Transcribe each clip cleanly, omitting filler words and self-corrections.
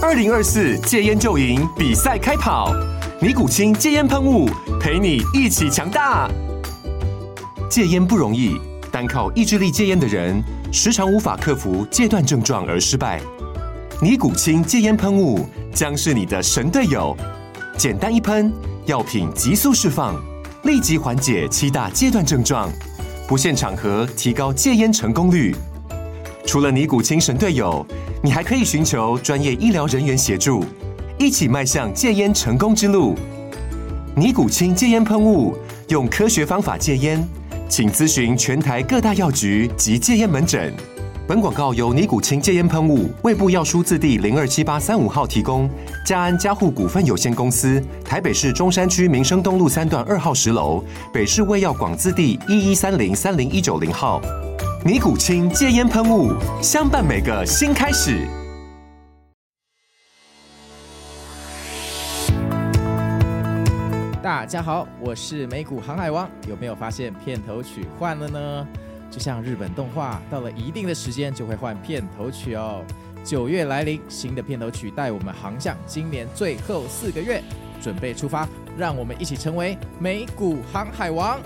2024戒烟就赢比赛开跑，尼古清戒烟喷雾陪你一起强大。戒烟不容易，单靠意志力戒烟的人，时常无法克服戒断症状而失败。尼古清戒烟喷雾将是你的神队友，简单一喷，药品急速释放，立即缓解7大戒断症状，不限场合提高戒烟成功率。除了尼古清神队友，你还可以寻求专业医疗人员协助，一起迈向戒烟成功之路。尼古清戒烟喷雾，用科学方法戒烟，请咨询全台各大药局及戒烟门诊。本广告由尼古清戒烟喷雾、卫部药书字第027835号提供，嘉安嘉护股份有限公司，台北市中山区民生东路3段2号10楼，北市卫药广字第1130-30190号。尼古清戒烟喷雾，相伴每个新开始。 大家好，我是美股航海王。有没有发现片头曲换了呢？就像日本动画，到了一定的时间就会换片头曲哦。9月来临，新的片头曲带我们航向今年最后4个月，准备出发，让我们一起成为美股航海王。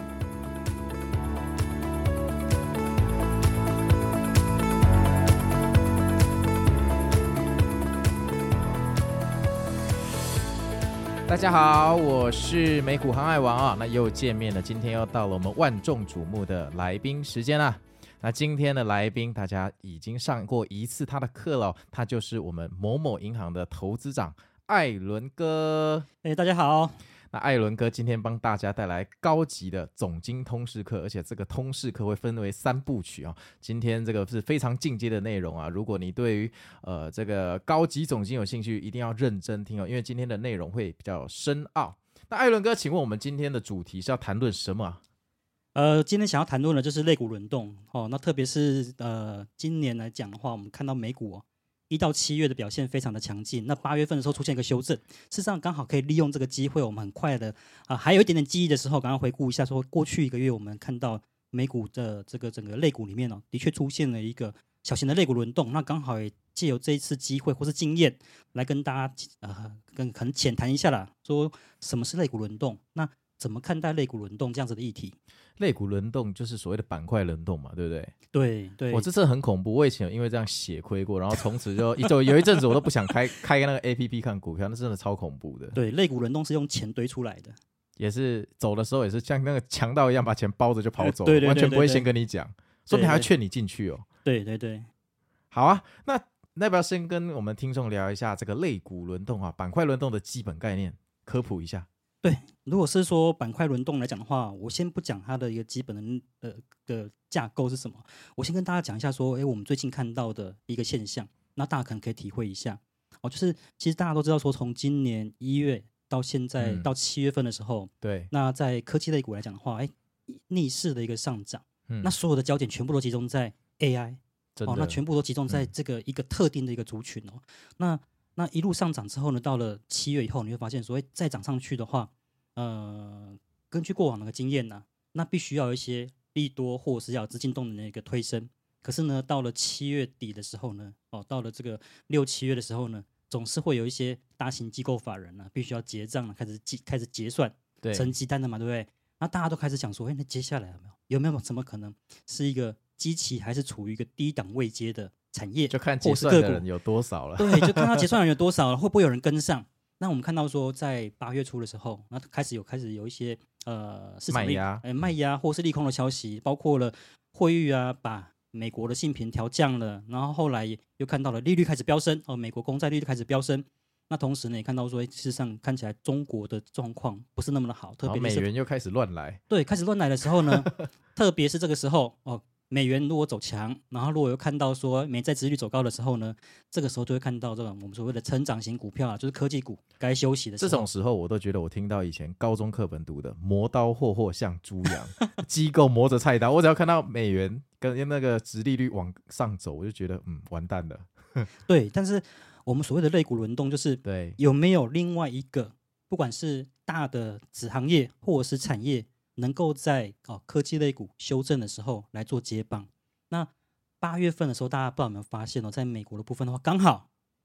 大家好，我是美股航海王啊，那又见面了。今天又到了我们万众瞩目的来宾时间啦。那今天的来宾，大家已经上过一次他的课了，他就是我们某某银行的投资长艾伦哥。 大家好。 那艾伦哥今天帮大家带来高级的总经通识课，而且这个通识课会分为3部曲啊。今天这个是非常进阶的内容啊，如果你对于这个高级总经有兴趣，一定要认真听哦，因为今天的内容会比较深奥。那艾伦哥，请问我们今天的主题是要谈论什么啊？ 今天想要谈论的就是类股轮动哦。那特别是今年来讲的话，我们看到美股1到7月的表现非常的强劲，那8月份的时候出现一个修正，事实上刚好可以利用这个机会，我们很快的还有一点点记忆的时候，赶快回顾一下，说过去1个月我们看到美股的这个整个类股里面的确出现了一个小型的类股轮动，那刚好也借由这一次机会或是经验来跟大家可能浅谈一下啦，说什么是类股轮动，那怎么看待类股轮动这样子的议题？ 类股轮动就是所谓的板块轮动嘛，对不对？ 对对， 我这次很恐怖，我以前有因为这样血亏过，然后从此就有一阵子我都不想开那个 APP 看股票，那真的超恐怖的。 对，类股轮动是用钱堆出来的， 也是走的时候也是像那个强盗一样把钱包着就跑走， 对， 完全不会先跟你讲，说不定还要劝你进去哦。 对对对， 好啊，那要不要先跟我们听众聊一下这个类股轮动啊，板块轮动的基本概念，科普一下。 对，如果是说板块轮动来讲的话，我先不讲它的一个基本的架构是什么，我先跟大家讲一下说，我们最近看到的一个现象，那大家可能可以体会一下就是其实大家都知道说，从今年1月到现在到7月份的时候， 对， 那在科技类股来讲的话，逆势的一个上涨，那所有的焦点全部都集中在 AI，那全部都集中在这个一个特定的一个族群那一路上涨之后呢，到了7月以后，你会发现，再涨上去的话，根据过往的经验那必须要有一些利多或者是要有资金动能的一个推升。可是呢，到了7月底的时候呢，到了这个6、7月的时候呢，总是会有一些大型机构法人必须要结账开始结算成绩单的嘛，对不对？那大家都开始讲说，那接下来有没有什么可能是一个基期还是处于一个低档位阶的产业， 就看结算的人有多少了。 对，就看到结算的人有多少了，会不会有人跟上？那我们看到说，在8月初的时候，那开始有一些市场卖压或是利空的消息，包括了惠誉把美国的信评调降了，然后后来又看到了利率开始飙升美国公债利率开始飙升。那同时呢，也看到说，事实上看起来中国的状况不是那么的好，特别是美元又开始乱来。 对，开始乱来的时候呢，特别是这个时候美元如果走强，然后如果又看到说美债殖利率走高的时候呢，这个时候就会看到这种我们所谓的成长型股票就是科技股该休息的时候。 这种时候我都觉得我听到以前高中课本读的磨刀霍霍像猪羊，机构磨着菜刀，我只要看到美元跟那个殖利率往上走，我就觉得完蛋了。 对，但是我们所谓的类股轮动，就是有没有另外一个，不管是大的子行业或者是产业，能够在科技类股修正的时候来做接棒。那8月份的时候，大家不知道有没有发现在美国的部分的话，刚好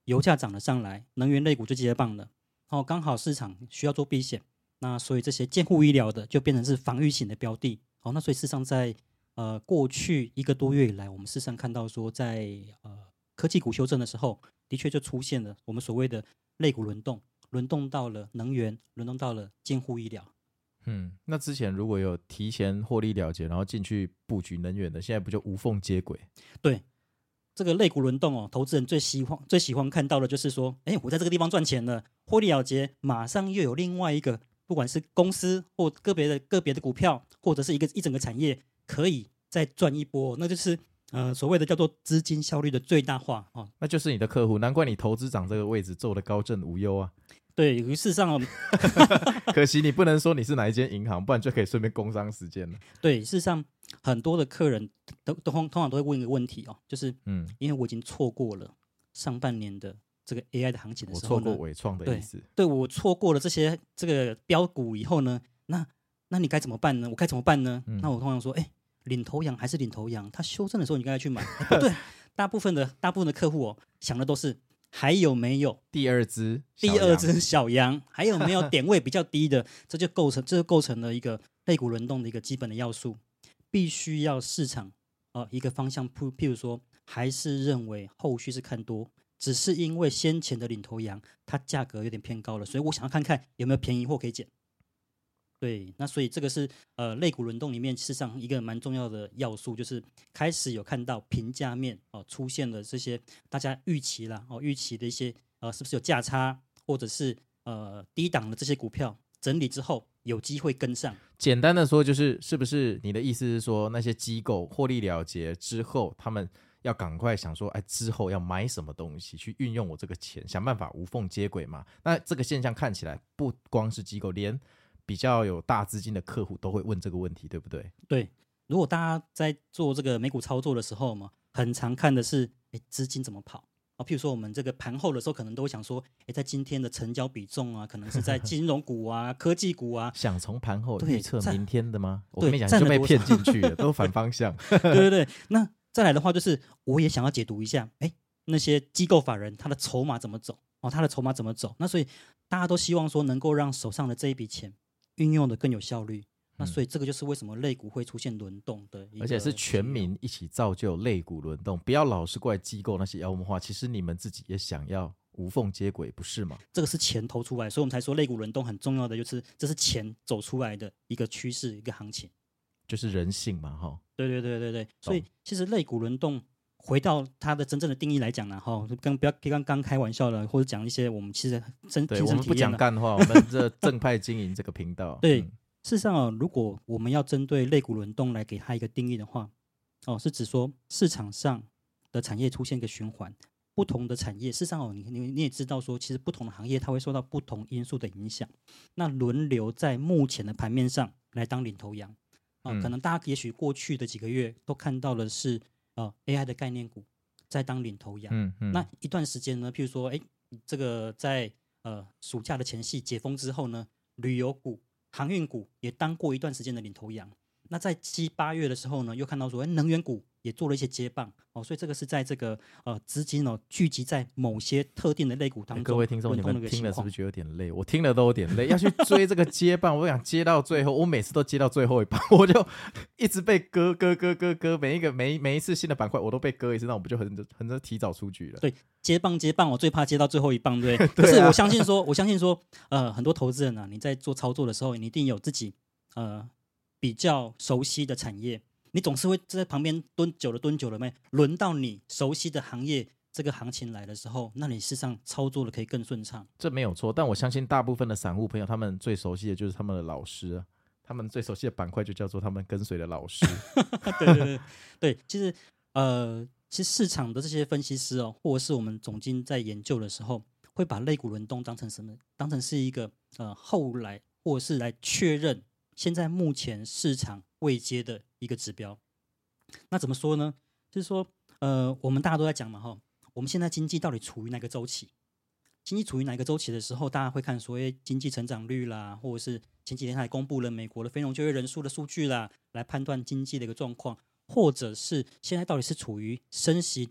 油价涨了上来，能源类股就接棒了，刚好市场需要做避险，那所以这些健护医疗的就变成是防御型的标的，那所以事实上在过去1个多月以来，我们事实上看到说在科技股修正的时候，的确就出现了我们所谓的类股轮动到了能源，轮动到了健护医疗。 那之前如果有提前获利了结，然后进去布局能源的，现在不就无缝接轨？ 对，这个类股轮动投资人最喜欢看到的就是说，我在这个地方赚钱了，获利了结，马上又有另外一个，不管是公司或个别的股票，或者是一整个产业，可以再赚一波，那就是所谓的叫做资金效率的最大化那就是你的客户，难怪你投资长这个位置做得高枕无忧啊。 对，于事实上可惜你不能说你是哪一间银行，不然就可以顺便工商时间了。 对，事实上很多的客人通常都会问一个问题就是因为我已经错过了上半年的这个 AI 的行情的时候呢， 我错过伟创的意思。 对，我错过了这个标股以后呢，那你该怎么办呢？我该怎么办呢？那我通常说，领头羊还是领头羊，它修正的时候你应该去买。不对，大部分的客户想的都是还有没有第二只小羊，还有没有点位比较低的，这就构成了一个类股轮动的一个基本的要素，必须要市场一个方向，譬如说还是认为后续是看多，只是因为先前的领头羊它价格有点偏高了，所以我想要看看有没有便宜货可以捡。对，那所以这个是类股轮动里面事实上一个蛮重要的要素，就是开始有看到评价面出现了这些大家预期的一些是不是有价差，或者是低档的这些股票整理之后有机会跟上。 简单的说就是是不是你的意思是说那些机构获利了结之后，他们要赶快想说之后要买什么东西去运用我这个钱，想办法无缝接轨嘛。那这个现象看起来不光是机构，连比较有大资金的客户都会问这个问题，对不对？ 对，如果大家在做这个美股操作的时候嘛，很常看的是资金怎么跑譬如说我们这个盘后的时候，可能都会想说在今天的成交比重可能是在金融股科技股想从盘后预测明天的吗？我跟你讲就被骗进去了，都反方向。 对，那再来的话就是我也想要解读一下那些机构法人他的筹码怎么走那所以大家都希望说能够让手上的这一笔钱运用的更有效率，那所以这个就是为什么类股会出现轮动的一个， 而且是全民一起造就类股轮动，不要老是怪机构那些妖魔化，其实你们自己也想要无缝接轨，不是吗？ 这个是钱投出来，所以我们才说类股轮动很重要的就是这是钱走出来的一个趋势，一个行情， 就是人性嘛对，所以其实类股轮动回到它的真正的定义来讲呢，不要刚开玩笑了，或者讲一些我们其实对，我们不讲干话，我们这正派经营这个频道。 对，事实上如果我们要针对类股轮动来给它一个定义的话，是指说市场上的产业出现一个循环，不同的产业，事实上你也知道说，其实不同的行业它会受到不同因素的影响，那轮流在目前的盘面上来当领头羊可能大家也许过去的几个月都看到的是AI 的概念股在当领头羊，那一段时间呢，譬如说这个在暑假的前夕解封之后呢，旅游股、航运股也当过一段时间的领头羊。那在7、8月的时候呢，又看到说能源股也做了一些接棒所以这个是在这个资金聚集在某些特定的类股当中。 各位听众，你们听了是不是觉得有点累？我听了都有点累，要去追这个接棒，我想接到最后，我每次都接到最后一棒，我就一直被割，每一次新的板块我都被割一次，那我不就很提早出局了？ 对，接棒我最怕接到最后一棒，对。可是我相信说很多投资人你在做操作的时候，你一定有自己比较熟悉的产业，你总是会在旁边蹲久了轮到你熟悉的行业，这个行情来的时候，那你事实上操作的可以更顺畅。 这没有错，但我相信大部分的散户朋友，他们最熟悉的就是他们的老师他们最熟悉的板块就叫做他们跟随的老师。 对，其实市场的这些分析师或者是我们总经在研究的时候，会把类股轮动当成什么？当成是一个后来或者是来确认现在目前市场位阶的一个指标。那怎么说呢？就是说我们大家都在讲嘛我们现在经济到底处于哪个周期？经济处于哪个周期的时候，大家会看所谓经济成长率啦，或者是前几天还公布了美国的非农就业人数的数据啦，来判断经济的一个状况，或者是现在到底是处于升息的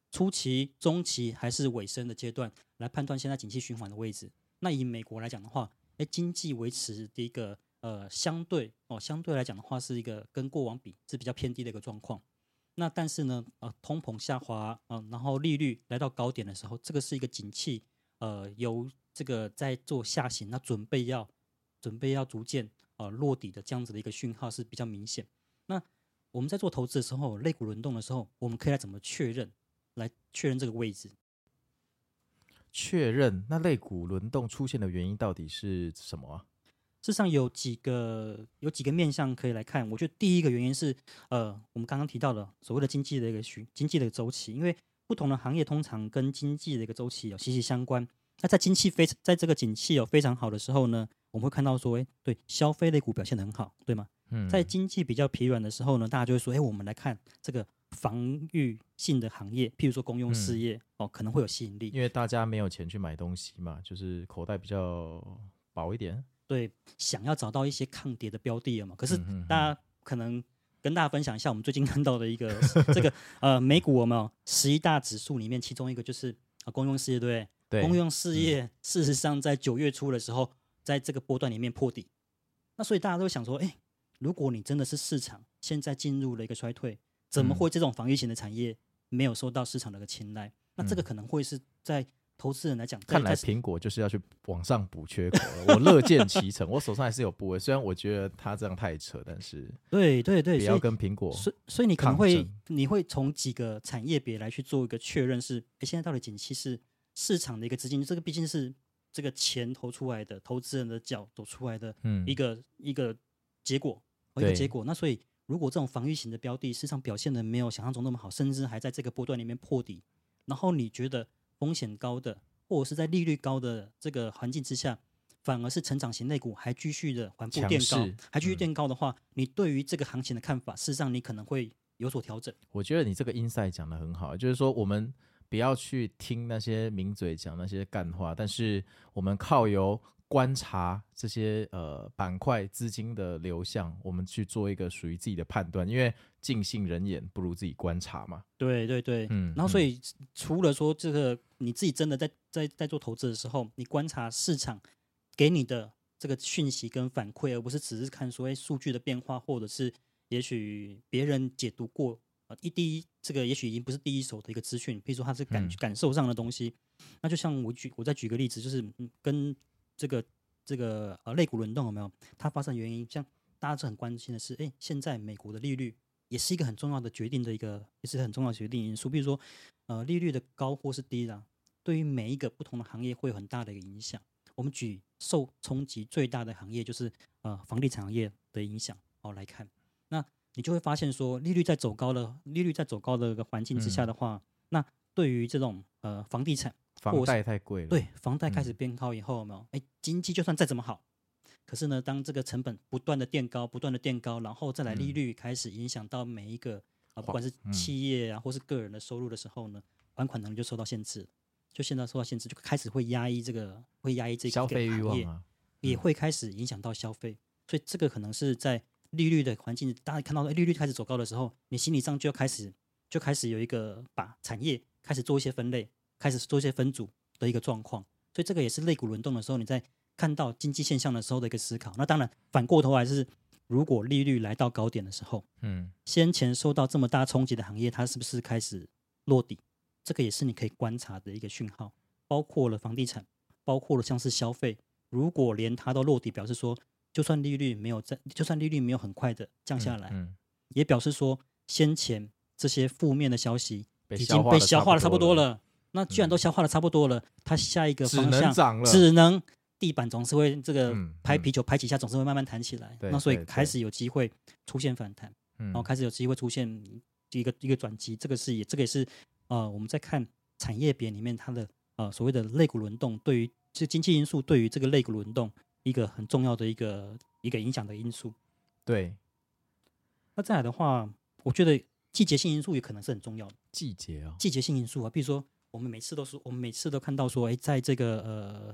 初期、中期还是尾声的阶段来判断现在景气循环的位置。那以美国来讲的话，经济维持的一个相对来讲的话是一个跟过往比是比较偏低的一个状况。那但是呢，通膨下滑然后利率来到高点的时候，这个是一个景气由这个在做下行，那准备要逐渐落底的这样子的一个讯号是比较明显。那我们在做投资的时候，类股轮动的时候，我们可以来怎么确认这个位置？ 确认那类股轮动出现的原因到底是什么啊？ 事实上有几个面向可以来看。我觉得第一个原因是我们刚刚提到的所谓的经济的周期，因为不同的行业通常跟经济的一个周期有息息相关。那在这个景气非常好的时候呢，我们会看到说，对，消费类股表现得很好，对吗？在经济比较疲软的时候呢，大家就会说，我们来看这个防御性的行业，譬如说公用事业可能会有吸引力， 因为大家没有钱去买东西嘛，就是口袋比较薄一点。 对，想要找到一些抗跌的标的嘛。可是大家可能跟大家分享一下，我们最近看到的一个这个美股有没有11大指数里面，其中一个就是公用事业，对不对？对，公用事业事实上在9月初的时候，在这个波段里面破底。那所以大家都想说，如果你真的是市场现在进入了一个衰退，怎么会这种防御型的产业没有受到市场的一个青睐？那这个可能会是在投资人来讲， 看来苹果就是要去往上补缺口了。我乐见其成，我手上还是有部位，虽然我觉得它这样太扯，但是对， 不要跟苹果所以你可能会从几个产业别来去做一个确认是，现在到底景气是市场的一个资金，这个毕竟是这个钱投出来的，投资人的脚走出来的一个结果，那所以如果这种防御型的标的市场表现的没有想象中那么好，甚至还在这个波段里面破底，然后你觉得风险高的，或者是在利率高的这个环境之下，反而是成长型类股还继续的缓步垫高，还继续垫高的话，你对于这个行情的看法，事实上你可能会有所调整。 我觉得你这个 insight 讲得很好，就是说我们不要去听那些名嘴讲那些干话，但是我们靠由观察这些板块资金的流向，我们去做一个属于自己的判断，因为尽信人言不如自己观察嘛。 对，然后所以除了说这个你自己真的在做投资的时候，你观察市场给你的这个讯息跟反馈，而不是只是看说数据的变化，或者是也许别人解读过这个也许已经不是第一手的一个资讯，比如说它是感受上的东西。那就像我再举个例子，就是跟这个类股轮动有没有它发生的原因？像大家是很关心的是，现在美国的利率也是一个很重要的决定的也是很重要的决定因素。比如说利率的高或是低啦，对于每一个不同的行业会有很大的一个影响。我们举受冲击最大的行业就是房地产行业的影响来看，那你就会发现说，利率在走高的一个环境之下的话，那对于这种房地产。 房贷太贵了， 对，房贷开始变高以后，有没有？经济就算再怎么好，可是呢，当这个成本不断的垫高，然后再来利率开始影响到每一个不管是企业或是个人的收入的时候呢，还款能力就受到限制，就现在受到限制，就开始会压抑这个消费欲望啊， 也会开始影响到消费，所以这个可能是在利率的环境，大家看到利率开始走高的时候，你心理上就开始有一个把产业开始做一些分类。开始做一些分组的一个状况，所以这个也是类股轮动的时候，你在看到经济现象的时候的一个思考。那当然，反过头来是，如果利率来到高点的时候，先前受到这么大冲击的行业，它是不是开始落底？这个也是你可以观察的一个讯号。包括了房地产，包括了像是消费，如果连它都落底，表示说，就算利率没有很快的降下来，也表示说，先前这些负面的消息已经被消化的差不多了。那既然都消化的差不多了，它下一个方向只能地板总是会这个拍皮球拍几下，总是会慢慢弹起来。那所以开始有机会出现反弹，然后开始有机会出现一个转机。这个也是我们在看产业别里面它的所谓的类股轮动，对于这经济因素对于这个类股轮动一个很重要的一个影响的因素。 对。 那再来的话，我觉得季节性因素也可能是很重要的。季节性因素啊，比如说。我们每次都看到说，在这个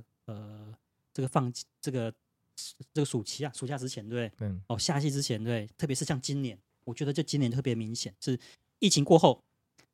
暑假之前，对不对？夏季之前，对，特别是像今年，我觉得就今年特别明显，是疫情过后，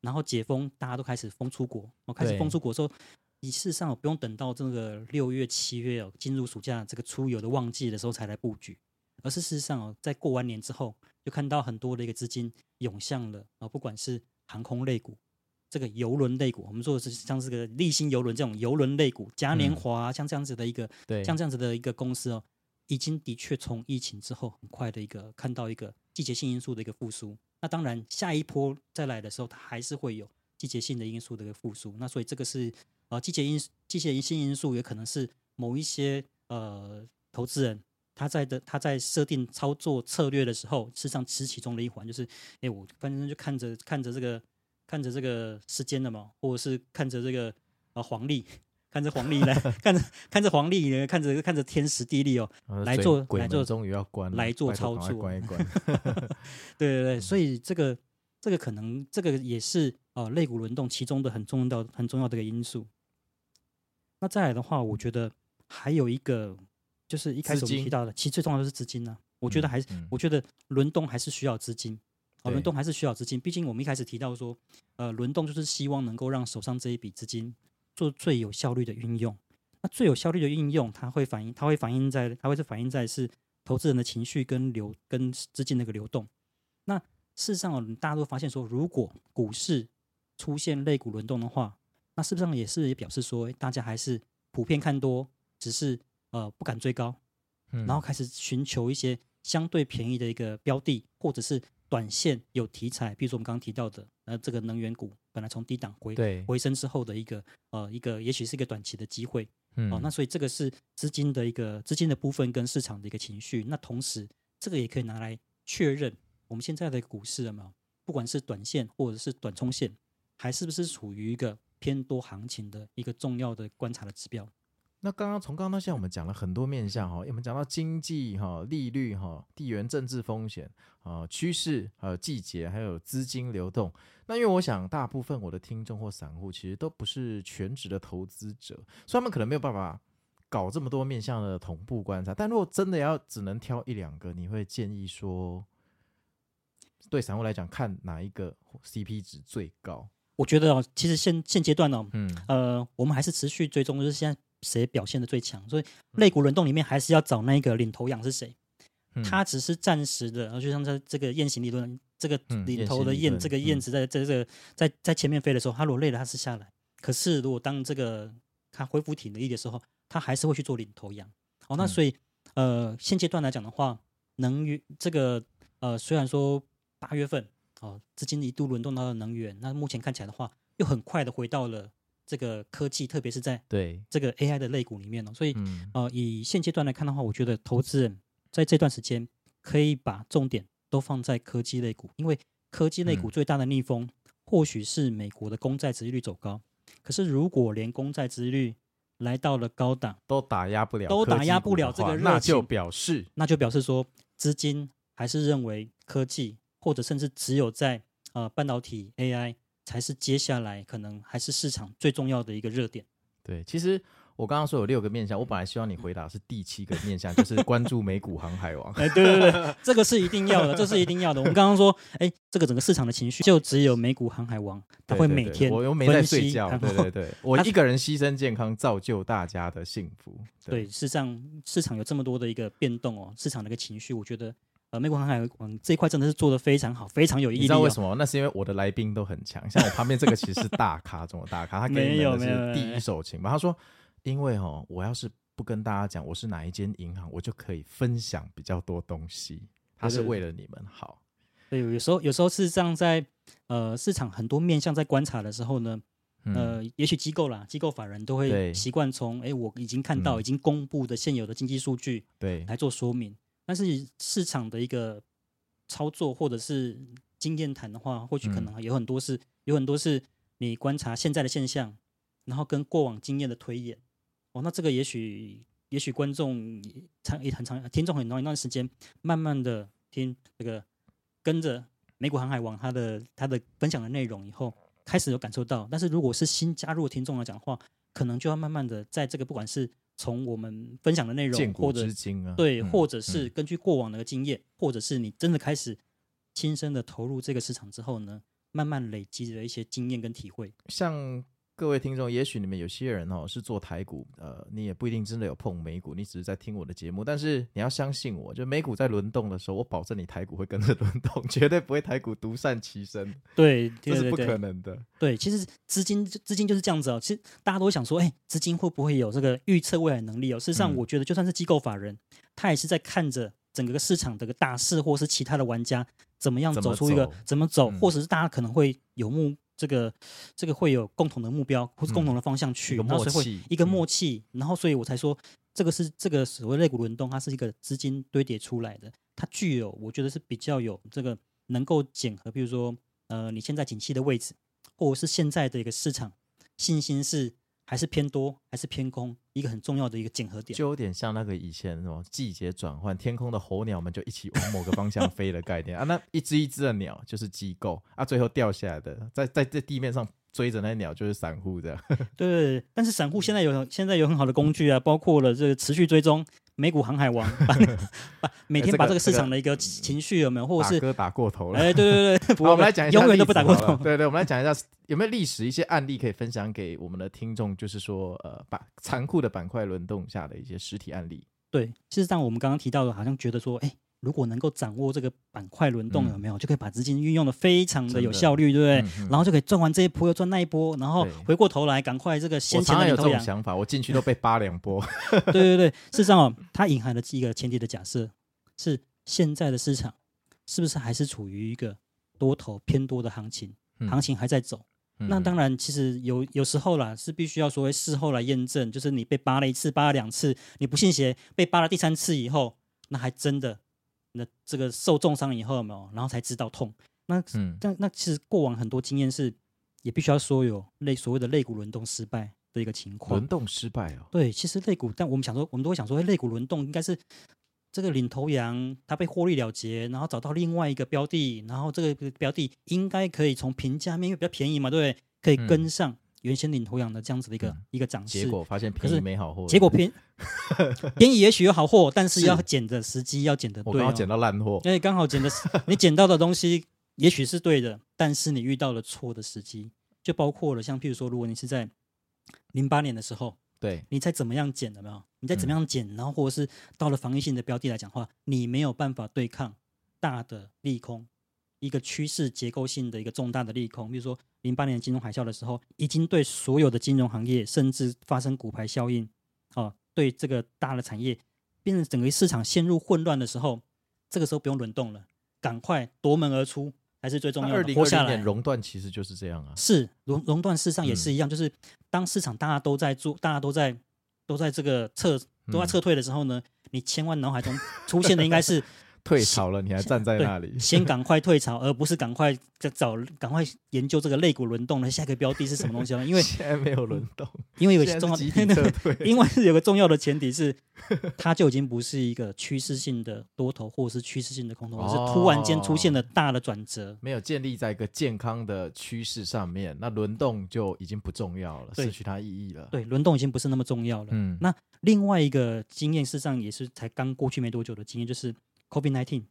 然后解封，大家都开始封出国，开始封出国之后，事实上不用等到这个6月、7月进入暑假这个出游的旺季的时候才来布局，而是事实上在过完年之后，就看到很多的一个资金涌向了不管是航空类股、这个邮轮类股，我们说的是像这个立新邮轮这种邮轮类股，嘉年华像这样子的一个，像这样子的一个公司已经的确从疫情之后很快的一个看到一个季节性因素的一个复苏。那当然下一波再来的时候，它还是会有季节性的因素的一个复苏。那所以这个是季节性因素，也可能是某一些投资人他在设定操作策略的时候，事实上是其中的一环，就是我反正就看着这个时间了嘛，或者是看着这个黄历。看着黄历来，看着黄历，看着天时地利来做终于要关了， 来做操作， 关一关。 对，所以这个可能这个也是类股轮动其中的很重要的一个因素。那再来的话，我觉得还有一个就是一开始我们提到的，其实最重要的是资金呢。我觉得轮动还是需要资金，轮动还是需要资金。毕竟我们一开始提到说，轮动就是希望能够让手上这一笔资金做最有效率的运用。那最有效率的运用，它会反映在是投资人的情绪跟资金的一个流动。那事实上大家都发现说，如果股市出现类股轮动的话，那是不是也表示说，大家还是普遍看多，只是不敢追高，然后开始寻求一些相对便宜的一个标的，或者是短线有题材，比如说我们刚刚提到的这个能源股本来从低档回升之后的一个也许是一个短期的机会。那所以这个是资金的部分跟市场的一个情绪。那同时这个也可以拿来确认我们现在的股市有没有，不管是短线或者是短冲线，还是不是处于一个偏多行情的一个重要的观察的指标。 那从刚刚到现在我们讲了很多面向我们讲到经济利率地缘政治风险趋势季节还有资金流动。那因为我想大部分我的听众或散户其实都不是全职的投资者，所以他们可能没有办法搞这么多面向的同步观察。但如果真的只能挑一两个，你会建议说对散户来讲看哪一个 CP 值最高？ 我觉得其实现阶段我们还是持续追踪，就是现在谁表现的最强，所以类股轮动里面还是要找那个领头羊是谁。它只是暂时的，就像这个雁行理论，这个领头的雁，这个燕子在前面飞的时候，它如果累了它是下来，可是如果当这个它恢复体力的时候，它还是会去做领头羊。那所以现阶段来讲的话，能源这个虽然说8月份资金一度轮动到了能源，那目前看起来的话，又很快的回到了这个科技，特别是在这个 AI 的类股里面所以以现阶段来看的话，我觉得投资人在这段时间可以把重点都放在科技类股，因为科技类股最大的逆风或许是美国的公债殖利率走高，可是如果连公债殖利率来到了高档都打压不了这个热情，那就表示说资金还是认为科技或者甚至只有在半导体 AI 才是接下来可能还是市场最重要的一个热点。 对，其实我刚刚说有6个面向，我本来希望你回答是第7个面向，就是关注美股航海王。 对，这个是一定要的，这是一定要的。我们刚刚说，这个整个市场的情绪就只有美股航海王，他会每天我又没在睡觉，对，我一个人牺牲健康，造就大家的幸福。 对，事实上市场有这么多的一个变动市场的一个情绪，我觉得美股航海王这一块真的是做得非常好，非常有毅力。 你知道为什么？那是因为我的来宾都很强，像我旁边这个其实是大咖中的大咖，他给你们的是第一手情报。他说，因为我要是不跟大家讲我是哪一间银行，我就可以分享比较多东西。他是为了你们好。 对，有时候事实上在市场很多面向在观察的时候呢，也许机构法人都会习惯从我已经看到已经公布的现有的经济数据来做说明。但是市场的一个操作或者是经验谈的话，或许可能有很多是你观察现在的现象，然后跟过往经验的推演。那这个也许观众很长，听众很长一段时间，慢慢的听这个跟着美股航海王他的分享的内容以后，开始有感受到。但是如果是新加入的听众来讲的话，可能就要慢慢的在这个不管是从我们分享的内容，或者或者是根据过往的经验，或者是你真的开始亲身的投入这个市场之后呢， 慢慢累积的一些经验跟体会。 像各位听众，也许你们有些人是做台股，你也不一定真的有碰美股，你只是在听我的节目，但是你要相信我，就美股在轮动的时候，我保证你台股会跟着轮动，绝对不会台股独善其身。 对， 这是不可能的。 对，其实资金就是这样子其实大家都会想说，资金会不会有这个预测未来能力事实上，我觉得就算是机构法人，他也是在看着整个市场的大势，或是其他的玩家怎么样走出一个怎么走，或者是大家可能会有这个会有共同的目标或是共同的方向去，然后所以会一个默契，然后所以我才说这个所谓类股轮动，它是一个资金堆叠出来的，它具有我觉得是比较有这个能够检核，比如说你现在景气的位置，或者是现在的一个市场信心是还是偏多还是偏空，一个很重要的一个检核点， 就有点像那个以前什么季节转换，天空的候鸟们就一起往某个方向飞的概念那一只一只的鸟就是机构最后掉下来的在地面上追着那鸟就是散户的对，但是散户现在有很好的工具包括了这个持续追踪美股航海王每天把这个市场的一个情绪有没有，或者是打歌打过头了对不过我们来讲一下永远都不打过头。 对，我们来讲一下有没有历史一些案例可以分享给我们的听众，就是说残酷的板块轮动下的一些实体案例。 对，事实上我们刚刚提到的好像觉得说如果能够掌握这个板块轮动有没有，就可以把资金运用的非常的有效率，对不对？然后就可以赚完这一波又赚那一波，然后回过头来赶快这个先前的领头羊。我常常有这种想法，我进去都被扒2波对，事实上它隐含的一个前提的假设是现在的市场是不是还是处于一个多头偏多的行情，行情还在走。那当然其实有时候啦是必须要说事后来验证，就是你被扒了1次扒了2次，你不信邪被扒了第3次以后，那还真的那这个受重伤以后有没有，然后才知道痛。那其实过往很多经验是也必须要说有所谓的类股轮动失败的一个情况。 轮动失败对，其实类股，但我们都会想说类股轮动应该是这个领头羊他被获利了结，然后找到另外一个标的，然后这个标的应该可以从评价面因为比较便宜嘛，对不对？可以跟上原先领头羊的这样子的一个涨势。 结果发现便宜没好货， 结果便宜也许有好货，但是要捡的时机要捡的对。 我刚好捡到烂货， 刚好你捡到的东西也许是对的，但是你遇到了错的时机，就包括了像譬如说，如果你是在08年的时候， 对， 你再怎么样捡有没有？你再怎么样捡，然后或者是到了防御性的标的来讲的话，你没有办法对抗大的利空，一个趋势结构性的一个重大的利空，比如说08年金融海啸的时候，已经对所有的金融行业甚至发生骨牌效应对这个大的产业变成整个市场陷入混乱的时候，这个时候不用轮动了，赶快夺门而出才是最重要的。活下来。 2020年熔断其实就是这样是熔断事实上也是一样，就是当市场大家都在做，大家都在这个都在撤退的时候呢，你千万脑海中出现的应该是退潮了，你还站在那里， 先赶快退潮，而不是赶快研究这个类股轮动的下一个标的是什么东西因为现在没有轮动， 因为有个重要因为有个重要的前提是，它就已经不是一个趋势性的多头或者是趋势性的空头，而是突然间出现了大的转折， 没有建立在一个健康的趋势上面，那轮动就已经不重要了，失去它意义了。 对，轮动已经不是那么重要了。那另外一个经验，事实上也是才刚过去没多久的经验，就是。COVID-19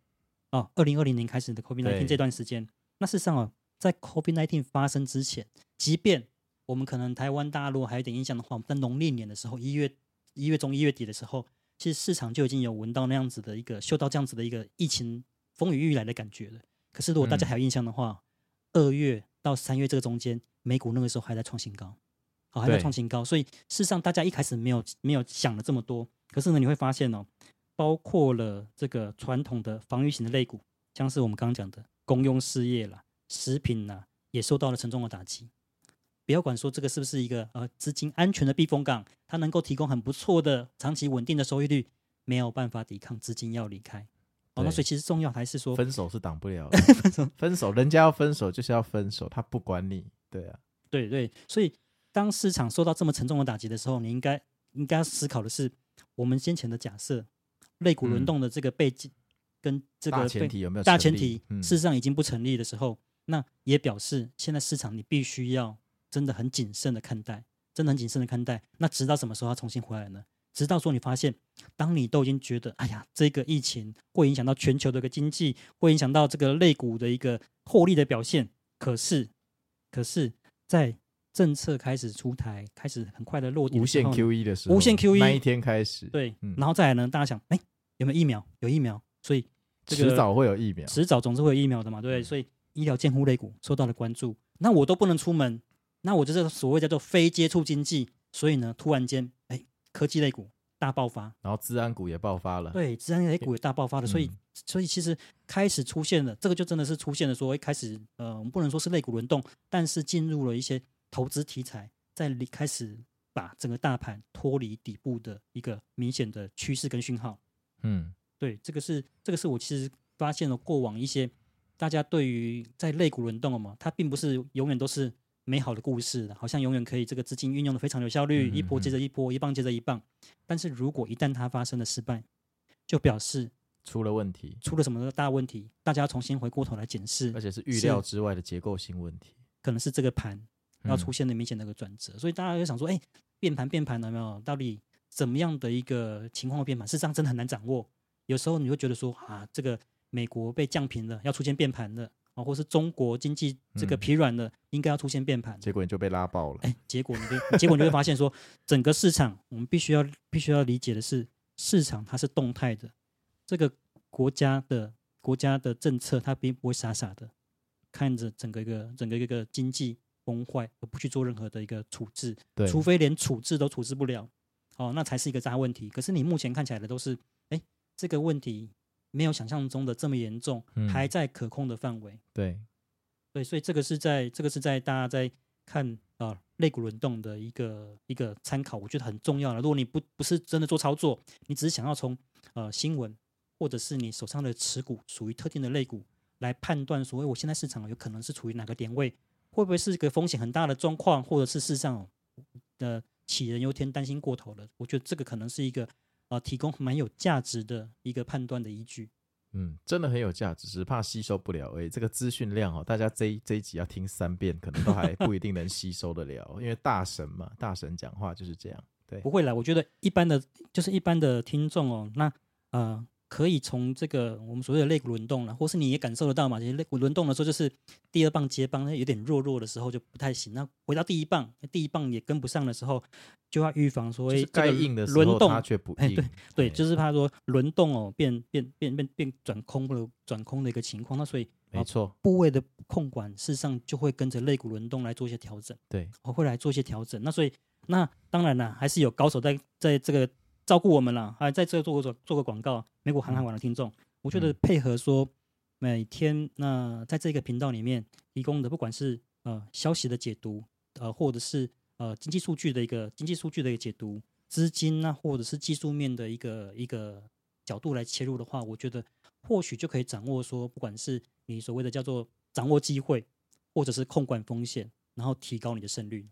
2020年开始的 COVID-19 这段时间，那事实上在 COVID-19 发生之前，即便我们可能台湾大陆还有点印象的话，我们在农历年的时候1月中1月底的时候，其实市场就已经有闻到那样子的嗅到这样子的一个疫情风雨欲来的感觉了。可是如果大家还有印象的话，2月到3月这个中间，美股那个时候还在创新高，还在创新高，所以事实上大家一开始没有想了这么多，可是呢你会发现包括了这个传统的防御型的类股，像是我们刚刚讲的公用事业啦、食品啦，也受到了沉重的打击。不要管说这个是不是一个资金安全的避风港，它能够提供很不错的长期稳定的收益率，没有办法抵抗资金要离开。那所以其实重要还是说， 分手是挡不了的分手人家要分手就是要分手，他不管你。对啊， 对，所以当市场受到这么沉重的打击的时候，你应该要思考的是，我们先前的假设。类股轮动的这个背景跟这个大前提有没有大前提事实上已经不成立的时候，那也表示现在市场你必须要真的很谨慎的看待，那直到什么时候要重新回来呢？直到说你发现，当你都已经觉得哎呀这个疫情会影响到全球的一个经济，会影响到这个类股的一个获利的表现， 可是在政策开始出台，开始很快的落地， 无限 QE 的时候， 无限 QE 那一天开始， 对，然后再来呢，大家想，有没有疫苗？有疫苗，所以迟早会有疫苗， 迟早总是会有疫苗的嘛，对，所以医疗监护类股受到了关注。那我都不能出门，那我就是所谓叫做非接触经济，所以呢，突然间，科技类股大爆发， 然后资安股也爆发了， 对，资安类股也大爆发了，所以其实开始出现了，这个就真的是出现了说，开始我们不能说是类股轮动，但是进入了一些投资题材，在开始把整个大盘脱离底部的一个明显的趋势跟讯号。对，这个是我其实发现了过往一些大家对于在类股轮动嘛，它并不是永远都是美好的故事的，好像永远可以这个资金运用的非常有效率，一波接着一波，一棒接着一棒。但是如果一旦它发生了失败，就表示出了问题， 出了什么大问题，大家要重新回过头来检视， 而且是预料之外的结构性问题， 可能是这个盘要出现的明显的一个转折，所以大家就想说，变盘有没有？到底怎么样的一个情况的变盘？事实上真的很难掌握。有时候你会觉得说这个美国被降平了，要出现变盘了，或是中国经济这个疲软了，应该要出现变盘， 结果你就被拉爆了。 结果你就会发现说，整个市场我们必须要理解的是，市场它是动态的，这个国家的政策它并不会傻傻的看着整个一个经济崩坏而不去做任何的一个处置，除非连处置都处置不了，那才是一个大问题。可是你目前看起来的都是，这个问题没有想象中的这么严重，还在可控的范围。 对， 所以这个是在大家在看类股轮动的一个参考，我觉得很重要了。如果你不是真的做操作，你只是想要从新闻或者是你手上的持股属于特定的类股来判断说，我现在市场有可能是处于哪个点位，会不会是一个风险很大的状况，或者是事实上杞人忧天，担心过头了。我觉得这个可能是一个提供蛮有价值的一个判断的依据。 真的很有价值，只是怕吸收不了而已。这个资讯量大家这一集要听3遍，可能都还不一定能吸收得了，因为大神嘛，大神讲话就是这样。对， 不会啦，我觉得一般的听众那可以从这个我们所谓的类股轮动啦，或是你也感受得到嘛，其实类股轮动的时候，就是第2棒接棒有点弱的时候就不太行，那回到第一棒也跟不上的时候，就要预防说该硬的时候它却不硬。 对，就是怕说轮动变转空的一个情况，那所以没错， 部位的控管事实上就会跟着类股轮动来做一些调整， 对， 会来做一些调整。那所以那当然啦，还是有高手在这个照顾我们啦，还在这做个广告。美股航海网的听众，我觉得配合说每天在这个频道里面提供的，不管是消息的解读，或者是经济数据的一个解读，资金或者是技术面的一个角度来切入的话，我觉得或许就可以掌握说，不管是你所谓的叫做掌握机会，或者是控管风险，然后提高你的胜率。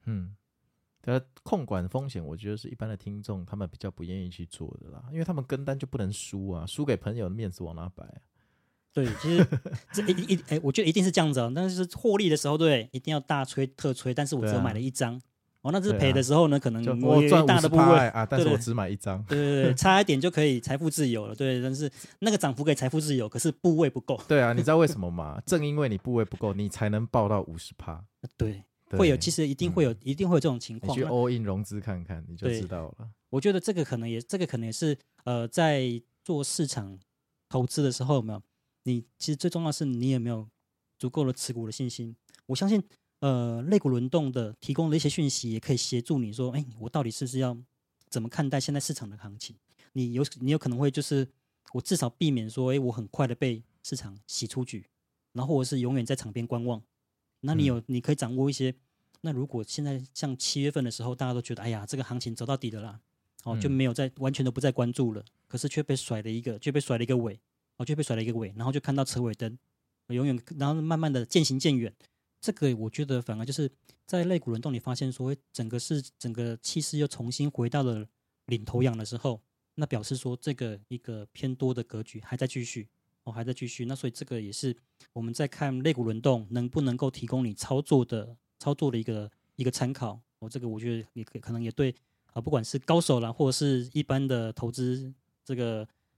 控管风险，我觉得是一般的听众他们比较不愿意去做的啦，因为他们跟单就不能输啊，输给朋友的面子往哪摆啊？ 对，其实我觉得一定是这样子但是获利的时候，对，一定要大吹特吹，但是我只有买了1张，那这是赔的时候呢，可能我赚大的部位但是我只买1张， 对，差一点就可以财富自由了，对，但是那个涨幅可以财富自由，可是部位不够。 对啊，你知道为什么吗？正因为你部位不够，你才能报到50%。 对。会有，其实一定会有这种情况。 你去 all in 融资看看，你就知道了。 我觉得这个可能也是在做市场投资的时候，有没有？你其实最重要的是你有没有足够的持股的信心。我相信类股轮动的提供的一些讯息，也可以协助你说，我到底是不是要怎么看待现在市场的行情？你有可能会就是我至少避免说，我很快的被市场洗出局，然后或者是永远在场边观望。那你可以掌握一些。那如果现在像7月份的时候，大家都觉得这个行情走到底了啦，就没有完全都不再关注了，可是却被甩了一个尾，然后就看到车尾灯，永远，然后慢慢的渐行渐远。这个我觉得反而就是在类股轮动，你发现说整个气势又重新回到了领头羊的时候，那表示说这个一个偏多的格局还在继续。那所以这个也是我们在看类股轮动能不能够提供你操作的一个参考。这个我觉得可能也对不管是高手啦，或者是一般的投资这个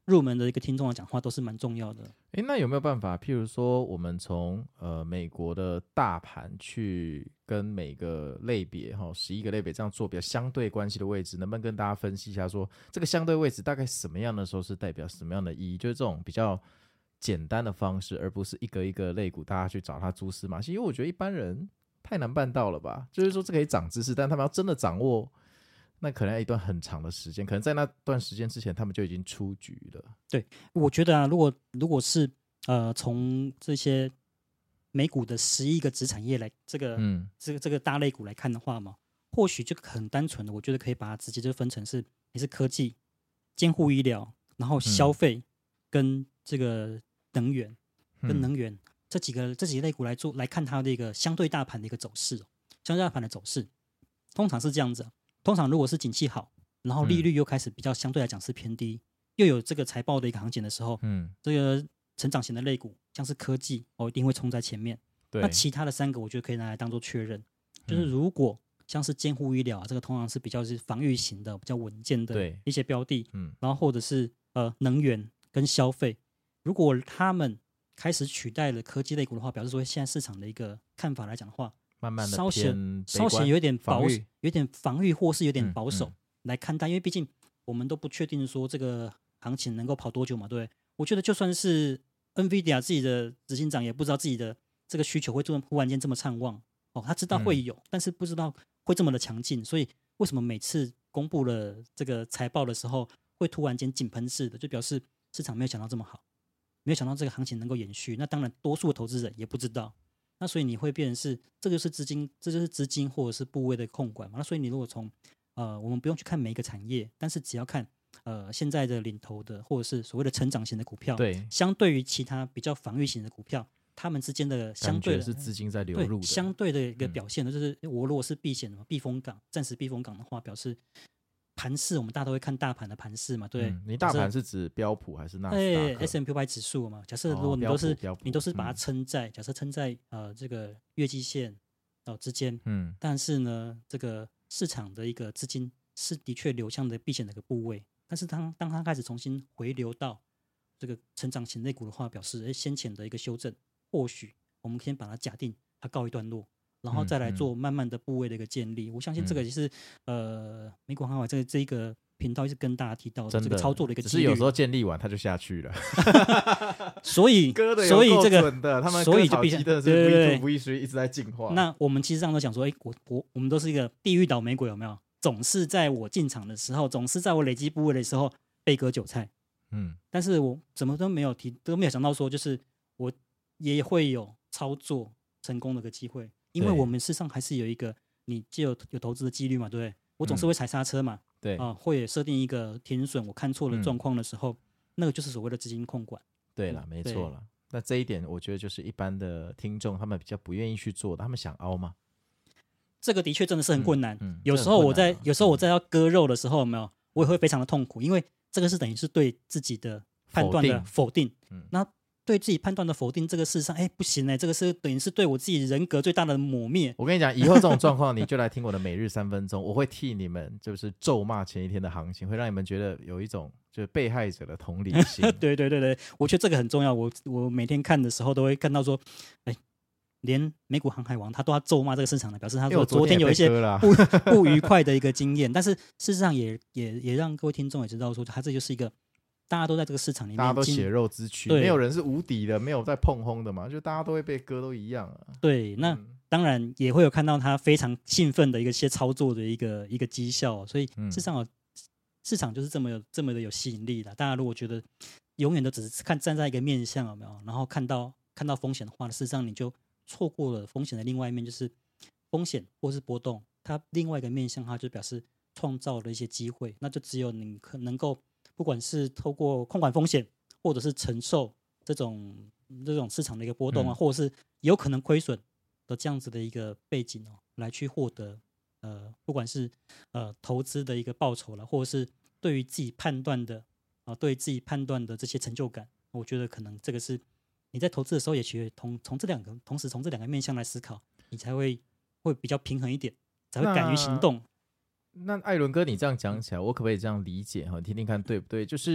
入门的一个听众来讲话都是蛮重要的。 那有没有办法，譬如说我们从美国的大盘去跟每个类别11个类别这样做比较相对关系的位置，能不能跟大家分析一下说这个相对位置大概什么样的时候是代表什么样的意义，就是这种比较简单的方式，而不是一个一个类股大家去找它蛛丝马迹，因为我觉得一般人太难办到了吧，就是说这可以长知识，但他们要真的掌握那可能要一段很长的时间，可能在那段时间之前他们就已经出局了。 对，我觉得啊，如果是从这些美股的11个子产业来这个大类股来看的话嘛，或许就很单纯的，我觉得可以把它直接就分成是你是科技、监护医疗，然后消费跟这个能源这几个类股来看它的一个相对大盘的一个走势，相对大盘的走势通常是这样子。通常如果是景气好，然后利率又开始比较相对来讲是偏低，又有这个财报的一个行情的时候，这个成长型的类股像是科技一定会冲在前面。那其他的3个我觉得可以拿来当做确认，就是如果像是监护医疗这个通常是比较是防御型的比较稳健的一些标的，然后或者是能源跟消费，如果他们开始取代了科技类股的话，表示说现在市场的一个看法来讲的话， 慢慢的稍显有点防御或是有点保守来看待，因为毕竟我们都不确定说这个行情能够跑多久嘛，对不对？我觉得就算是 NVIDIA 自己的执行长也不知道自己的这个需求会忽然间这么畅旺他知道会有，但是不知道会这么的强劲，所以为什么每次公布了这个财报的时候会突然间井喷式的，就表示市场没有想到这么好，没有想到这个行情能够延续。那当然多数的投资人也不知道，那所以你会变成是这就是资金或者是部位的控管嘛。那所以你如果从我们不用去看每一个产业，但是只要看现在的领头的或者是所谓的成长型的股票， 对， 相对于其他比较防御型的股票，他们之间的相对的是资金在流入的相对的一个表现就是我如果是避险的避风港，暂时避风港的话，表示盘势我们大家都会看大盘的盘势嘛，对， 你大盘是指标普还是纳斯达克 ？S&P 500指数嘛。假设如果你都是把它撑在假设撑在这个月季线之间，但是呢，这个市场的一个资金是的确流向的避险的一个部位，但是当它开始重新回流到这个成长型类股的话，表示先前的一个修正，或许我们先把它假定它告一段落，然后再来做慢慢的部位的一个建立。我相信这个也是美股航海这一个频道一直跟大家提到的这个操作的一个几率， 只是有时候建立完它就下去了， 所以这个他们所以就必须的是 V2 V3 一直在进化。 那我们其实上都想说，我们都是一个地狱倒霉鬼，有没有？总是在我进场的时候，总是在我累积部位的时候被割韭菜。但是我怎么都没有想到说，就是我也会有操作成功的一个机会，因为我们事实上还是有一个你就有投资的几率嘛，对不对？我总是会踩刹车嘛， 对会设定一个停损，我看错了状况的时候，那个就是所谓的资金控管。 对了，没错了。那这一点我觉得就是一般的听众他们比较不愿意去做的，他们想凹嘛。 这个的确真的是很困难。有时候我在要割肉的时候，有没有我也会非常的痛苦，因为这个是等于是对自己的判断的否定。那对自己判断的否定，这个事实上，不行这个是等于是对我自己人格最大的抹灭。 我跟你讲，以后这种状况，你就来听我的每日3分钟，我会替你们就是咒骂前一天的行情，会让你们觉得有一种就是被害者的同理心。 对，我觉得这个很重要。我每天看的时候都会看到说，连美股航海王他都要咒骂这个市场的，表示他说昨天有一些不愉快的一个经验。但是事实上也让各位听众也知道说，他这就是一个大家都在这个市场里面， 大家都血肉之躯，没有人是无敌的，没有在碰轰的嘛，就大家都会被割，都一样啊。 对，那当然也会有看到他非常兴奋的一些操作的一个绩效，所以事实上市场就是这么的有吸引力的。大家如果觉得永远都只是站在一个面向有没有，然后看到风险的话，事实上你就错过了风险的另外一面，就是风险或是波动，它另外一个面向，它就表示创造了一些机会，那就只有你能够不管是透过控管风险，或者是承受这种市场的一个波动或者是有可能亏损的这样子的一个背景来去获得不管是投资的一个报酬了，或者是对于自己判断的对于自己判断的这些成就感，我觉得可能这个是你在投资的时候也许同时从这两个面向来思考，你才会比较平衡一点，才会敢于行动。 那艾伦哥，你这样讲起来，我可不可以这样理解？你听听看对不对？就是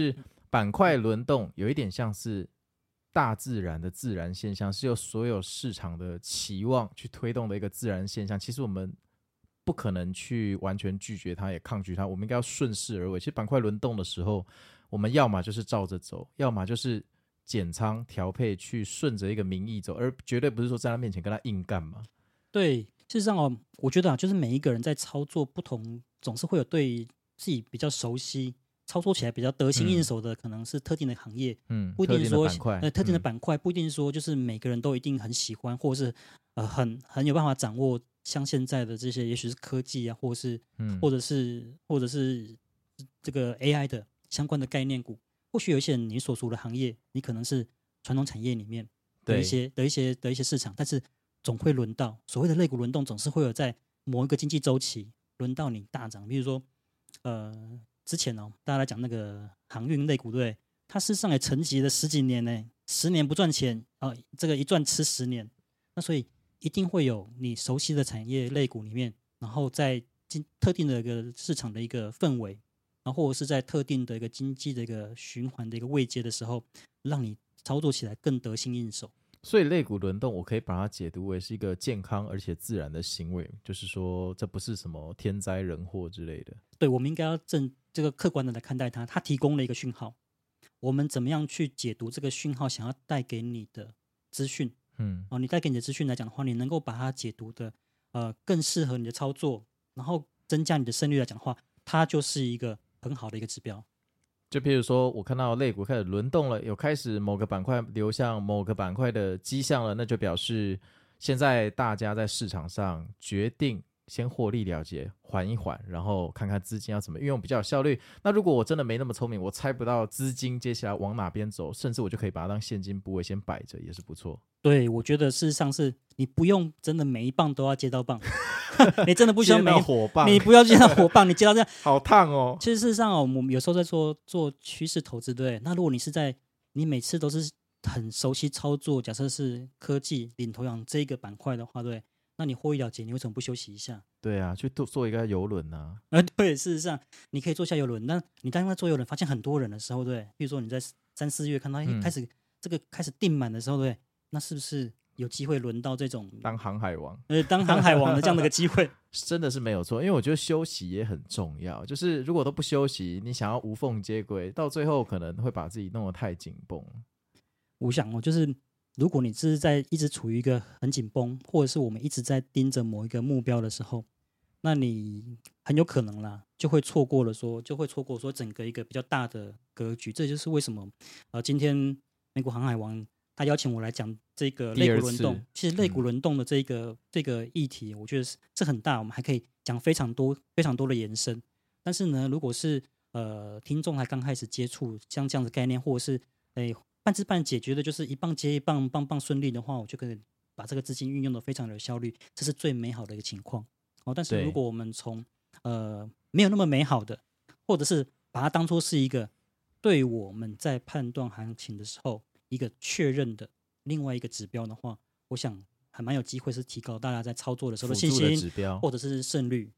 板块轮动有一点像是大自然的自然现象，是由所有市场的期望去推动的一个自然现象。其实我们不可能去完全拒绝它，也抗拒它，我们应该要顺势而为。其实板块轮动的时候，我们要么就是照着走，要么就是减仓调配，去顺着一个民意走，而绝对不是说在他面前跟他硬干嘛。 对，事实上我觉得就是每一个人在操作不同，总是会有对自己比较熟悉、操作起来比较得心应手的，可能是特定的行业，不一定说特定的板块，不一定说就是每个人都一定很喜欢，或者是很有办法掌握，像现在的这些，也许是科技啊，或者是这个 AI 的相关的概念股，或许有一些你所属的行业，你可能是传统产业里面的一些市场，但是总会轮到所谓的类股轮动，总是会有在某一个经济周期轮到你大涨。比如说，之前大家来讲那个航运类股，对不对？它事实上也沉寂了10几年呢，10年不赚钱这个一赚吃10年。那所以一定会有你熟悉的产业类股里面，然后在特定的一个市场的一个氛围，然后或者是在特定的一个经济的一个循环的一个位阶的时候，让你操作起来更得心应手。 所以类股轮动我可以把它解读为是一个健康而且自然的行为，就是说这不是什么天灾人祸之类的。 对，我们应该要这个客观的来看待它，它提供了一个讯号，我们怎么样去解读这个讯号想要带给你的资讯。你带给你的资讯来讲的话，你能够把它解读的更适合你的操作，然后增加你的胜率来讲的话，它就是一个很好的一个指标。 就譬如说我看到类股开始轮动了，有开始某个板块流向某个板块的迹象了，那就表示现在大家在市场上决定先获利了结，缓一缓，然后看看资金要怎么运用比较有效率。那如果我真的没那么聪明，我猜不到资金接下来往哪边走，甚至我就可以把它当现金部位先摆着，也是不错。 对，我觉得事实上是你不用真的每一棒都要接到棒你真的不需要每一火棒， 你不要接到火棒，你接到这样好烫哦。 其实事实上我们有时候在做趋势投资，对不对？那如果你每次都是很熟悉操作，假设是科技领头羊这一个板块的话，对，那你获利了结，你为什么不休息一下？ 对啊，去做一个邮轮啊。 对，事实上你可以做下邮轮，那你当在做邮轮发现很多人的时候，对，比如说你在3、4月看到开始订满的时候，对，那是不是有机会轮到这种当航海王？ 当航海王的这样的一个机会， 真的是没有错。因为我觉得休息也很重要，就是如果都不休息，你想要无缝接轨，到最后可能会把自己弄得太紧绷。 我想就是如果你是在一直处于一个很紧绷，或者是我们一直在盯着某一个目标的时候，那你很有可能啦就会错过说整个一个比较大的格局。这就是为什么今天美股航海王他邀请我来讲这个类股轮动。其实类股轮动的这个议题，我觉得是很大，我们还可以讲非常多的延伸。但是呢，如果是听众还刚开始接触像这样的概念，或者是半知半解觉得就是一棒接一棒，棒棒顺利的话，我就可以把这个资金运用的非常有效率，这是最美好的一个情况。但是如果我们从没有那么美好的，或者是把它当作是一个对我们在判断行情的时候一个确认的另外一个指标的话，我想还蛮有机会是提高大家在操作的时候的信心， 指标或者是胜率。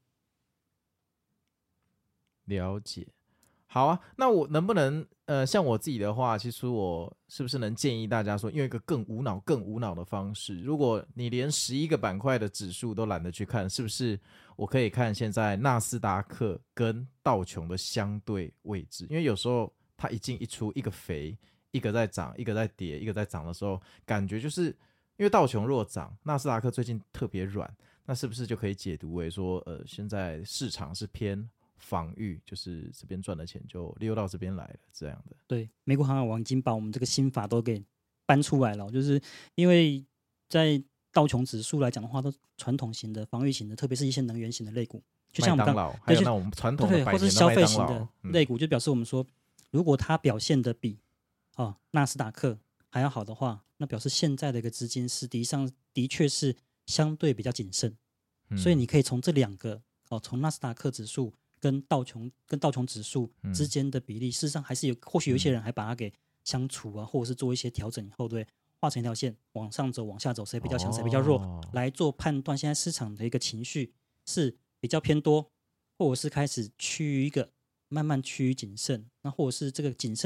了解。好啊，那我能不能像我自己的话，其实我是不是能建议大家说，用一个更无脑的方式，如果你连11个板块的指数都懒得去看，是不是我可以看现在纳斯达克跟道琼的相对位置？因为有时候它一进一出，一个肥，一个在涨，一个在跌，一个在涨的时候，感觉就是因为道琼若涨，纳斯达克最近特别软，那是不是就可以解读为说现在市场是偏防御，就是这边赚的钱就溜到这边来了，这样的。 对，美股航海王已经把我们这个心法都给搬出来了，就是因为在道琼指数来讲的话，都传统型的、防御型的，特别是一些能源型的类股，就像我们麦当劳，还有那种传统的对，或是消费型的类股，就表示我们说，如果它表现的比纳斯达克还要好的话，那表示现在的一个资金实际上的确是相对比较谨慎。所以你可以从这两个从纳斯达克指数跟道琼指数之间的比例，事实上还是或许有一些人还把它给相除啊，或者是做一些调整以后，对，画成一条线往上走往下走，谁比较强谁比较弱，来做判断现在市场的一个情绪是比较偏多，或者是开始趋于一个慢慢趋于谨慎，那或者是这个谨慎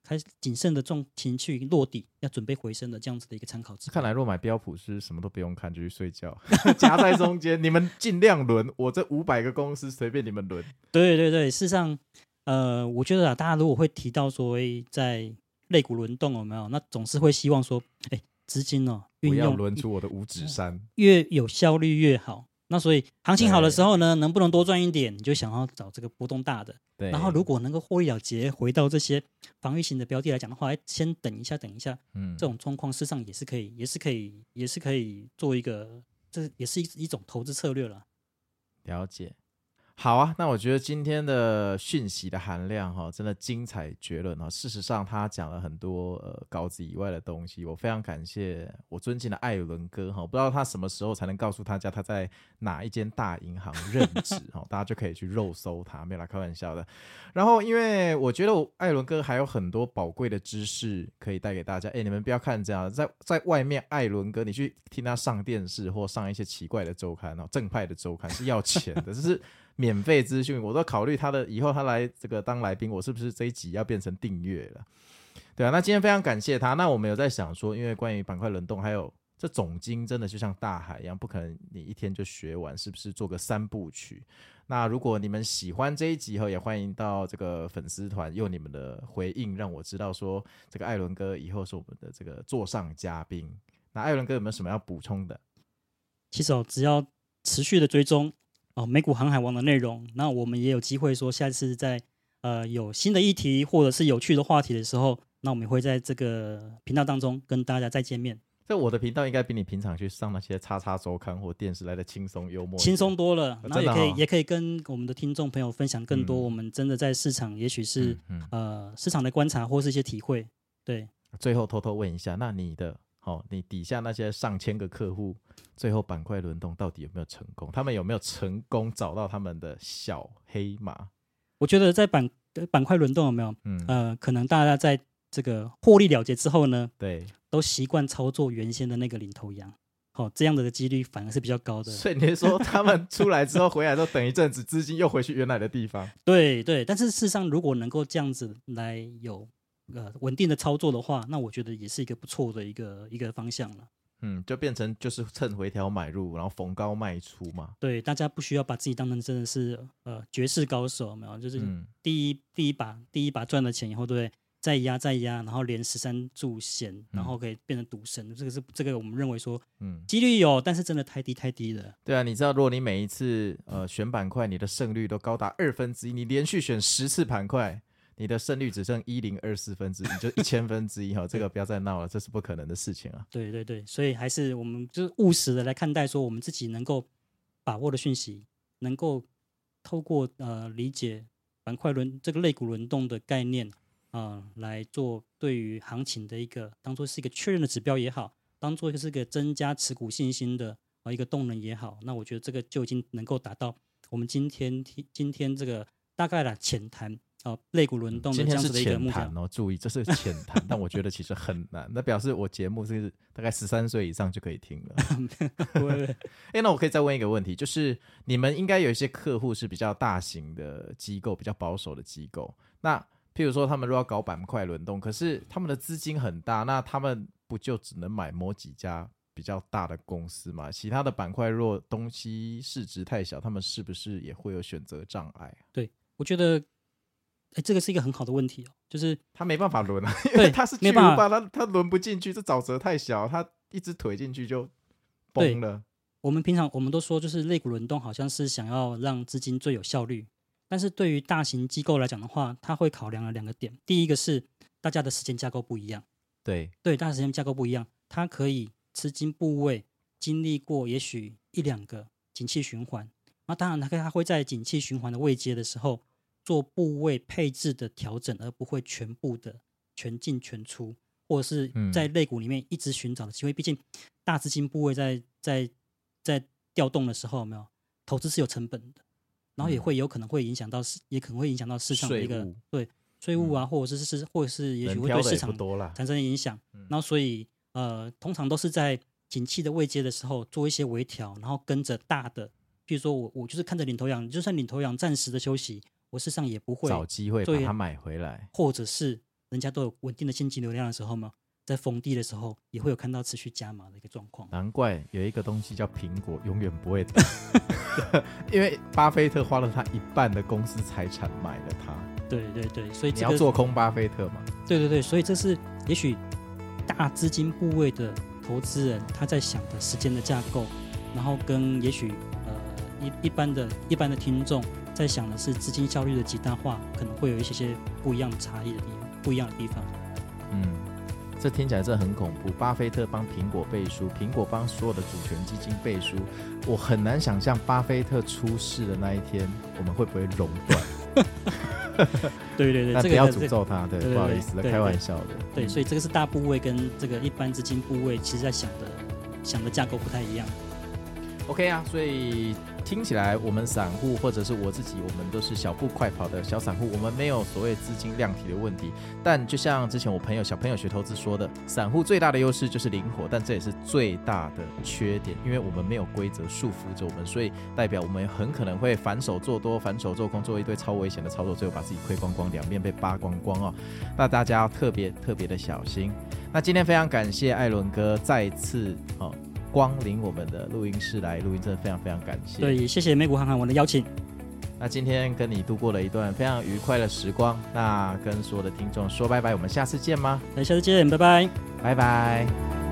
开始谨慎的情绪落底，要准备回升的这样子的一个参考指标。 看来若买标普是什么都不用看就去睡觉，夹在中间，你们尽量轮，我这500个公司随便你们轮。 对对对，事实上，我觉得大家如果会提到说，在类股轮动有没有，那总是会希望说，资金运用不要轮出我的五指山， 越有效率越好。那所以行情好的时候呢，能不能多赚一点，你就想要找这个波动大的。 对。 然后如果能够获利了结，回到这些防御型的标的来讲的话，先等一下，这种状况事实上也是可以做一个，这也是一种投资策略了。 了解。好啊，那我觉得今天的讯息的含量真的精彩绝伦。事实上他讲了很多稿子以外的东西，我非常感谢我尊敬的艾伦哥，不知道他什么时候才能告诉大家他在哪一间大银行任职大家就可以去肉搜他，没有啦，开玩笑的。然后因为我觉得艾伦哥还有很多宝贵的知识可以带给大家，你们不要看这样，在外面艾伦哥你去听他上电视或上一些奇怪的周刊正派的周刊是要钱的，这是免费资讯，我都考虑以后他来这个当来宾，我是不是这一集要变成订阅了？对啊，那今天非常感谢他。那我们有在想说，因为关于板块轮动，还有这总经真的就像大海一样，不可能你一天就学完，是不是做个3部曲？那如果你们喜欢这一集后，也欢迎到这个粉丝团用你们的回应让我知道说，这个艾伦哥以后是我们的这个座上嘉宾。那艾伦哥有没有什么要补充的？ 其实只要持续的追踪美股航海王的内容，那我们也有机会说下次在有新的议题或者是有趣的话题的时候，那我们会在这个频道当中跟大家再见面。 在我的频道应该比你平常去上那些叉叉周刊或电视来的轻松幽默， 轻松多了。然后也可以跟我们的听众朋友分享更多我们真的在市场也许是市场的观察或是一些体会。对， 最后偷偷问一下，那你底下那些上千个客户，最后板块轮动到底有没有成功？他们有没有成功找到他们的小黑马？ 我觉得在板块轮动有没有？可能大家在这个获利了结之后呢， 对， 都习惯操作原先的那个领头羊，这样的几率反而是比较高的。 所以你是说他们出来之后回来之后，等一阵子资金又回去原来的地方？ 对对，但是事实上如果能够这样子来有稳定的操作的话，那我觉得也是一个不错的一个方向了。 就變成就是趁回調買入，然後逢高賣出嘛。 對，大家不需要把自己當成真的是絕世高手，沒有，就是第一把賺了錢以後，對不對？再壓，然後連13柱險，然後可以變成賭神，這個我們認為說，幾率有，但是真的太低了。 對啊，你知道，如果你每一次選板塊，你的勝率都高達1/2，你連續選10次板塊，你的勝率只剩1024%，就1/1000，這個不要再鬧了，這是不可能的事情啊。 對對對，所以還是我們就是務實的來看待，說我們自己能夠把握的訊息，能夠透過理解板塊這個類股輪動的概念來做對於行情的一個當做是一個確認的指標也好，當做是一個增加持股信心的一個動能也好，那我覺得這個就已經能夠達到我們今天這個大概的淺談類股輪動的這樣子的一個目標。今天是淺談注意，這是淺談，但我覺得其實很難。那表示我節目是大概13歲以上就可以聽了。那我可以再問一個問題，就是你們應該有一些客戶是比較大型的機構，比較保守的機構。那譬如說他們如果要搞板塊輪動，可是他們的資金很大，那他們不就只能買某幾家比較大的公司嘛？其他的板塊若東西市值太小，他們是不是也會有選擇障礙？ 對，我覺得這個是一個很好的問題就是他沒辦法輪啊，因為他是巨無霸，他輪不進去，這沼澤太小，他一直推進去就崩了。 我們平常我們都說，就是類股輪動好像是想要讓資金最有效率，但是對於大型機構來講的話，它會考量了2個點。第一個是大家的時間架構不一樣，對，大家時間架構不一樣，它可以資金部位經歷過也許1-2個景氣循環，那當然它會在景氣循環的位階的時候做部位配置的調整，而不會全部的全進全出，或者是在類股裡面一直尋找的機會。畢竟大資金部位在調動的時候，有沒有投資是有成本的，然後也會有可能會影響到，也可能會影響到市場的一個對稅務啊，或者是也許會對市場產生影響。然後所以通常都是在景氣的位階的時候做一些微調，然後跟着大的，譬如說我就是看着領頭羊，就算領頭羊暫時的休息，我事實上也不會找機會把它買回來， 或者是人家都有稳定的现金流量的时候嘛，在逢低的时候也会有看到持续加码的一个状况。 难怪有一个东西叫苹果永远不会倒因为巴菲特花了他一半的公司财产买了它。 对对对，所以你要做空巴菲特嘛？ 对对对，所以这是也许大资金部位的投资人他在想的时间的架构，然后跟也许一般的听众在想的是资金效率的极大化，可能会有一些不一样的差异的地方，不一样的地方。 这听起来真的很恐怖。巴菲特帮苹果背书，苹果帮所有的主权基金背书，我很难想象巴菲特出事的那一天，我们会不会熔断？ 对对对， 但不要诅咒他，对，不好意思，开玩笑的。 对，所以这个是大部位跟这个一般资金部位，其实在想的架构不太一样。 OK 啊，所以听起来我们散户或者是我自己，我们都是小步快跑的小散户，我们没有所谓资金量体的问题。但就像之前我小朋友学投资说的，散户最大的优势就是灵活，但这也是最大的缺点，因为我们没有规则束缚着我们，所以代表我们很可能会反手做多，反手做空，做一堆超危险的操作，最后把自己亏光光，两面被扒光光哦。那大家要特别的小心。那今天非常感谢艾伦哥再次光临我们的录音室来录音，真的非常感谢。 对，也谢谢美股航海王的邀请。 那今天跟你度过了一段非常愉快的时光，那跟所有的听众说拜拜，我们下次见吗？ 下次见，拜拜， 拜拜。